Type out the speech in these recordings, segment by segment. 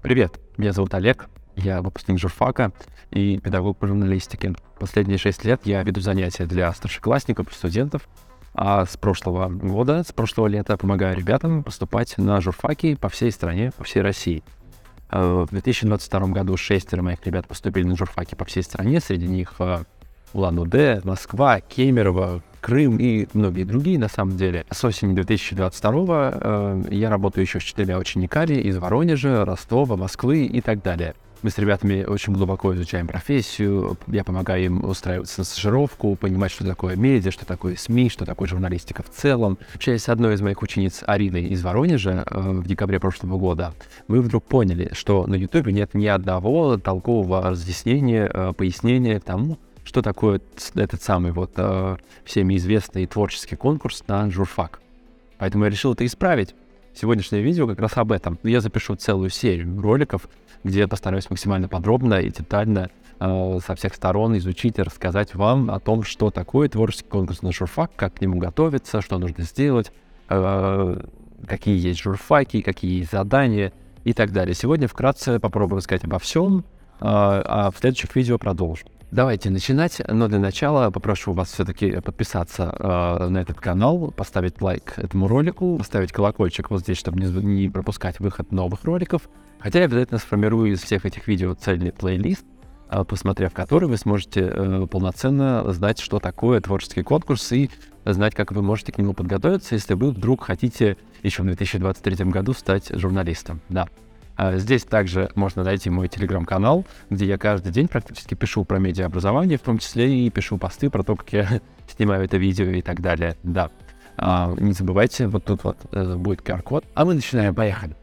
Привет, меня зовут Олег, я выпускник журфака и педагог по журналистике. Последние 6 лет я веду занятия для старшеклассников и студентов, а с прошлого года, с прошлого лета помогаю ребятам поступать на журфаки по всей стране, по всей России. В 2022 году 6 моих ребят поступили на журфаки по всей стране, среди них Улан-Удэ, Москва, Кемерово, Крым и многие другие, на самом деле. С осени 2022 я работаю еще с 4 учениками из Воронежа, Ростова, Москвы и так далее. Мы с ребятами очень глубоко изучаем профессию, я помогаю им устраиваться на стажировку, понимать, что такое медиа, что такое СМИ, что такое журналистика в целом. Общаясь с одной из моих учениц, Ариной из Воронежа, в декабре прошлого года, мы вдруг поняли, что на Ютубе нет ни одного толкового разъяснения, пояснения тому, что такое этот самый всеми известный творческий конкурс на журфак. Поэтому я решил это исправить. Сегодняшнее видео как раз об этом. Я запишу целую серию роликов, где я постараюсь максимально подробно и детально со всех сторон изучить и рассказать вам о том, что такое творческий конкурс на журфак, как к нему готовиться, что нужно сделать, какие есть журфаки, какие есть задания и так далее. Сегодня вкратце попробую рассказать обо всем, а в следующих видео продолжу. Давайте начинать, но для начала попрошу вас все-таки подписаться на этот канал, поставить лайк этому ролику, поставить колокольчик вот здесь, чтобы не пропускать выход новых роликов. Хотя я обязательно сформирую из всех этих видео цельный плейлист, посмотрев который вы сможете полноценно знать, что такое творческий конкурс и знать, как вы можете к нему подготовиться, если вы вдруг хотите еще в 2023 году стать журналистом. Да. Здесь также можно найти мой телеграм-канал, где я каждый день практически пишу про медиаобразование, в том числе и пишу посты про то, как я снимаю это видео и так далее. Да. Не забывайте, вот тут вот будет QR-код. А мы начинаем, поехали.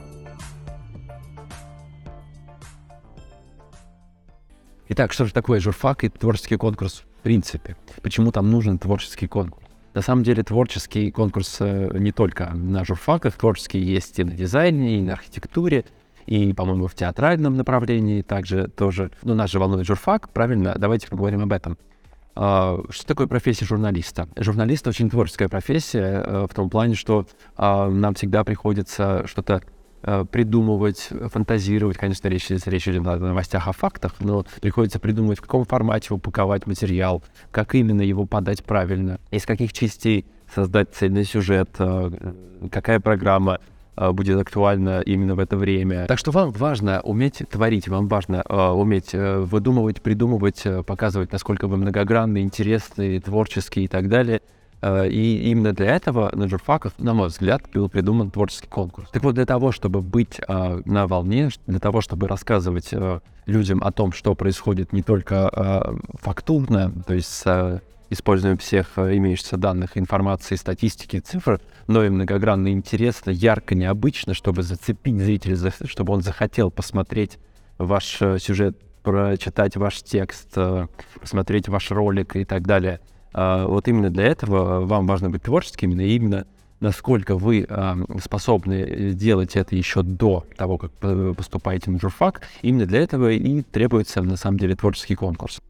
Итак, что же такое журфак и творческий конкурс в принципе? Почему там нужен творческий конкурс? На самом деле творческий конкурс не только на журфаках, творческий есть и на дизайне, и на архитектуре, и, по-моему, в театральном направлении также тоже. Но нас же волнует журфак, правильно? Давайте поговорим об этом. Что такое профессия журналиста? Журналист очень творческая профессия в том плане, что нам всегда приходится что-то придумывать, фантазировать. Конечно, речь идет о новостях, о фактах, но приходится придумывать, в каком формате упаковать материал, как именно его подать правильно, из каких частей создать цельный сюжет, какая программа будет актуальна именно в это время. Так что вам важно уметь творить, вам важно уметь выдумывать, придумывать, показывать, насколько вы многогранны, интересны, творческие и так далее. И именно для этого на журфаках, на мой взгляд, был придуман творческий конкурс. Так вот, для того, чтобы быть на волне, для того, чтобы рассказывать людям о том, что происходит не только фактурно, то есть с использованием всех имеющихся данных, информации, статистики, цифр, но и многогранно, интересно, ярко, необычно, чтобы зацепить зрителя, чтобы он захотел посмотреть ваш сюжет, прочитать ваш текст, посмотреть ваш ролик и так далее. Вот именно для этого вам важно быть творческим, и именно насколько вы способны делать это еще до того, как поступаете на журфак, именно для этого и требуется, на самом деле, творческий конкурс.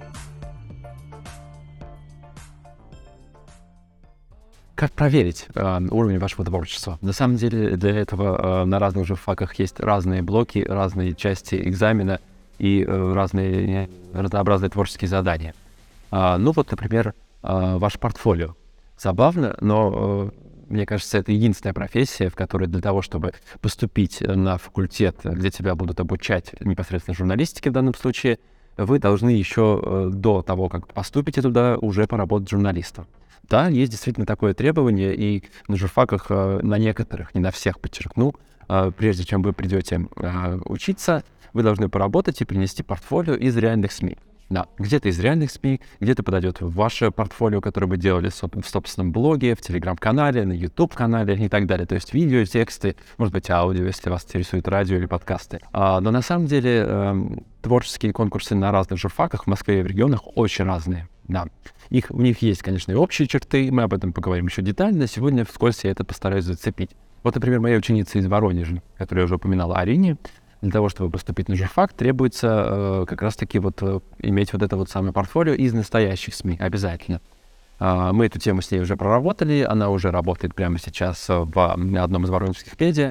Как проверить уровень вашего творчества? На самом деле для этого на разных журфаках есть разные блоки, разные части экзамена и разнообразные творческие задания. Например, ваше портфолио. Забавно, но мне кажется, это единственная профессия, в которой для того, чтобы поступить на факультет, где тебя будут обучать непосредственно журналистике в данном случае, вы должны еще до того, как поступите туда, уже поработать журналистом. Да, есть действительно такое требование, и на журфаках, на некоторых, не на всех, подчеркну, прежде чем вы придете учиться, вы должны поработать и принести портфолио из реальных СМИ. Да, где-то из реальных СМИ, где-то подойдет в ваше портфолио, которое вы делали в собственном блоге, в телеграм-канале, на YouTube-канале и так далее. То есть видео, тексты, может быть, аудио, если вас интересует радио или подкасты. Но на самом деле творческие конкурсы на разных журфаках в Москве и в регионах очень разные. Да. У них есть, конечно, и общие черты, мы об этом поговорим еще детально. Сегодня вскользь я это постараюсь зацепить. Вот, например, моя ученица из Воронежа, которую я уже упоминал, Арине. Для того, чтобы поступить на журфак, требуется как раз-таки иметь это самое портфолио из настоящих СМИ, обязательно. Мы эту тему с ней уже проработали, она уже работает прямо сейчас в одном из воронежских медиа,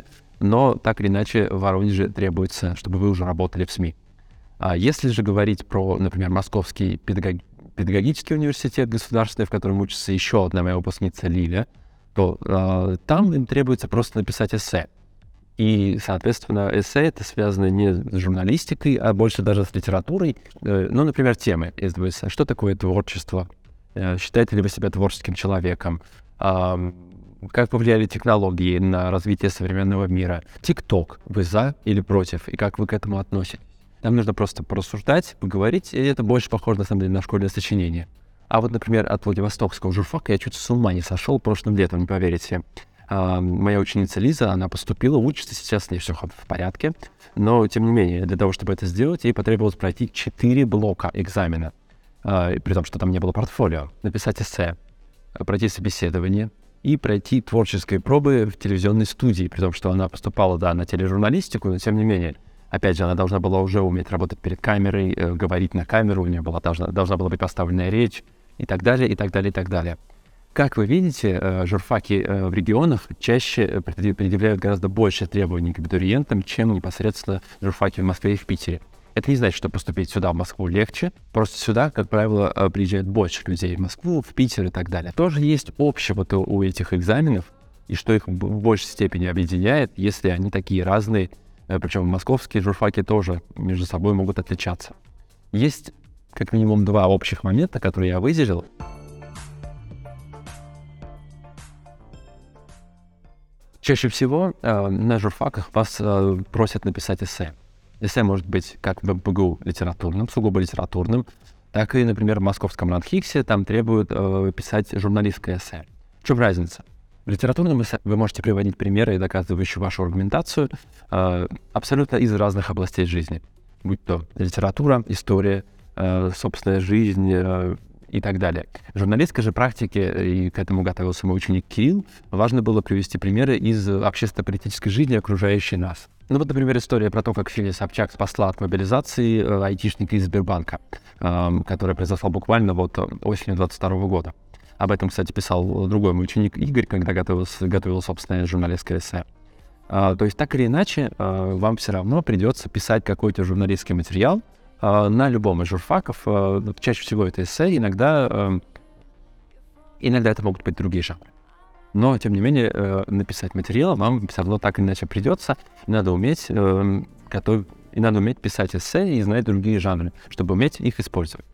но так или иначе в Воронеже требуется, чтобы вы уже работали в СМИ. А если же говорить про, например, Московский педагогический университет государственный, в котором учится еще одна моя выпускница Лиля, то там им требуется просто написать эссе. И, соответственно, эссе это связано не с журналистикой, а больше даже с литературой. Ну, например, темы из эссе. Что такое творчество? Считаете ли вы себя творческим человеком? Как повлияли технологии на развитие современного мира? ТикТок. Вы за или против? И как вы к этому относитесь? Нам нужно просто порассуждать, поговорить, и это больше похоже, на самом деле, на школьное сочинение. А вот, например, от Владивостокского журфака я чуть с ума не сошел прошлым летом, не поверите. Моя ученица Лиза, она поступила, учится сейчас, с ней все в порядке, но, тем не менее, для того, чтобы это сделать, ей потребовалось пройти 4 блока экзамена, при том, что там не было портфолио, написать эссе, пройти собеседование и пройти творческие пробы в телевизионной студии, при том, что она поступала, да, на тележурналистику, но, тем не менее, опять же, она должна была уже уметь работать перед камерой, говорить на камеру, у нее должна была быть поставленная речь и так далее, и так далее, и так далее. Как вы видите, журфаки в регионах чаще предъявляют гораздо больше требований к абитуриентам, чем непосредственно журфаки в Москве и в Питере. Это не значит, что поступить сюда, в Москву, легче. Просто сюда, как правило, приезжает больше людей в Москву, в Питер и так далее. Тоже есть общего-то у этих экзаменов, и что их в большей степени объединяет, если они такие разные, причем московские журфаки тоже между собой могут отличаться. Есть как минимум 2 общих момента, которые я выделил. Чаще всего на журфаках вас просят написать эссе. Эссе может быть как в МПГУ литературным, сугубо литературным, так и, например, в московском РАНХИКСе там требуют писать журналистское эссе. В чем разница? В литературном эссе вы можете приводить примеры, доказывающие вашу аргументацию, абсолютно из разных областей жизни. Будь то литература, история, собственная жизнь и так далее. В журналистской же практике, и к этому готовился мой ученик Кирилл, важно было привести примеры из общественно-политической жизни, окружающей нас. Ну вот, например, история про то, как Филия Собчак спасла от мобилизации айтишника из Сбербанка, которая произошла буквально вот осенью 2022 года. Об этом, кстати, писал другой мой ученик Игорь, когда готовил собственное журналистское эссе. То есть, так или иначе, вам все равно придется писать какой-то журналистский материал на любом из журфаков. Чаще всего это эссе, иногда это могут быть другие жанры. Но, тем не менее, написать материал вам все равно так или иначе придется. И надо уметь писать эссе и знать другие жанры, чтобы уметь их использовать.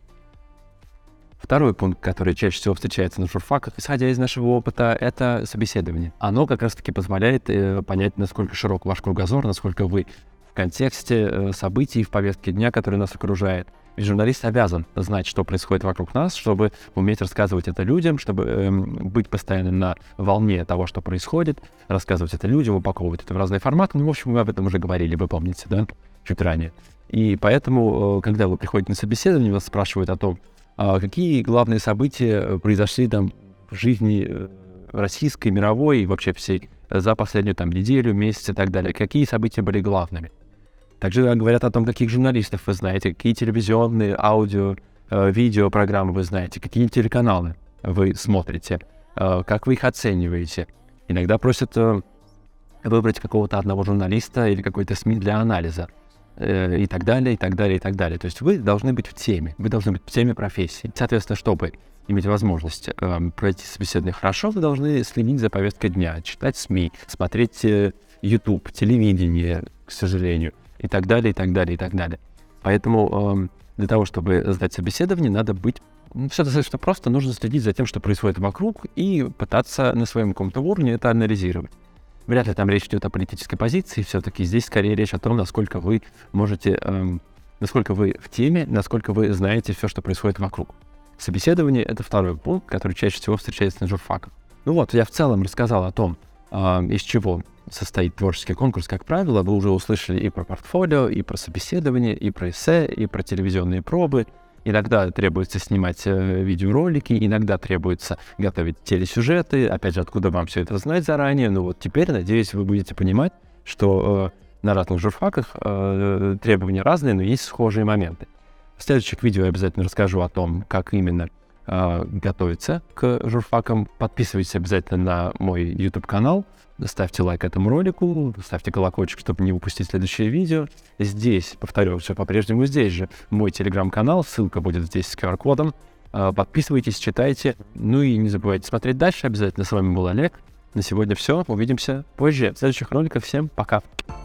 Второй пункт, который чаще всего встречается на журфаках, исходя из нашего опыта, это собеседование. Оно как раз-таки позволяет понять, насколько широк ваш кругозор, насколько вы в контексте событий в повестке дня, которые нас окружает. Ведь журналист обязан знать, что происходит вокруг нас, чтобы уметь рассказывать это людям, чтобы быть постоянно на волне того, что происходит, рассказывать это людям, упаковывать это в разные форматы. Ну, в общем, мы об этом уже говорили, вы помните, да, чуть ранее. И поэтому, когда вы приходите на собеседование, вас спрашивают о том, какие главные события произошли там в жизни российской, мировой и вообще всей за последнюю там неделю, месяц и так далее. Какие события были главными? Также говорят о том, каких журналистов вы знаете, какие телевизионные, аудио, видео программы вы знаете, какие телеканалы вы смотрите, как вы их оцениваете. Иногда просят выбрать какого-то одного журналиста или какой-то СМИ для анализа. И так далее, и так далее, и так далее. То есть вы должны быть в теме, вы должны быть в теме профессии. Соответственно, чтобы иметь возможность пройти собеседование хорошо, вы должны следить за повесткой дня, читать СМИ, смотреть YouTube, телевидение, к сожалению, и так далее, и так далее, и так далее. Поэтому для того, чтобы сдать собеседование, надо быть... Все достаточно просто, нужно следить за тем, что происходит вокруг, и пытаться на своем каком-то уровне это анализировать. Вряд ли там речь идет о политической позиции, все-таки здесь скорее речь о том, насколько вы можете, насколько вы в теме, насколько вы знаете все, что происходит вокруг. Собеседование — это второй пункт, который чаще всего встречается на журфаках. Ну вот, я в целом рассказал о том, из чего состоит творческий конкурс, как правило. Вы уже услышали и про портфолио, и про собеседование, и про эссе, и про телевизионные пробы. Иногда требуется снимать видеоролики, иногда требуется готовить телесюжеты. Опять же, откуда вам все это знать заранее? Ну вот теперь, надеюсь, вы будете понимать, что на разных журфаках требования разные, но есть схожие моменты. В следующих видео я обязательно расскажу о том, как именно готовиться к журфакам. Подписывайтесь обязательно на мой YouTube-канал, ставьте лайк этому ролику, ставьте колокольчик, чтобы не упустить следующее видео. Здесь, повторю, все по-прежнему здесь же мой Telegram-канал, ссылка будет здесь с QR-кодом. Подписывайтесь, читайте, ну и не забывайте смотреть дальше обязательно. С вами был Олег. На сегодня все, увидимся позже в следующих роликах. Всем пока!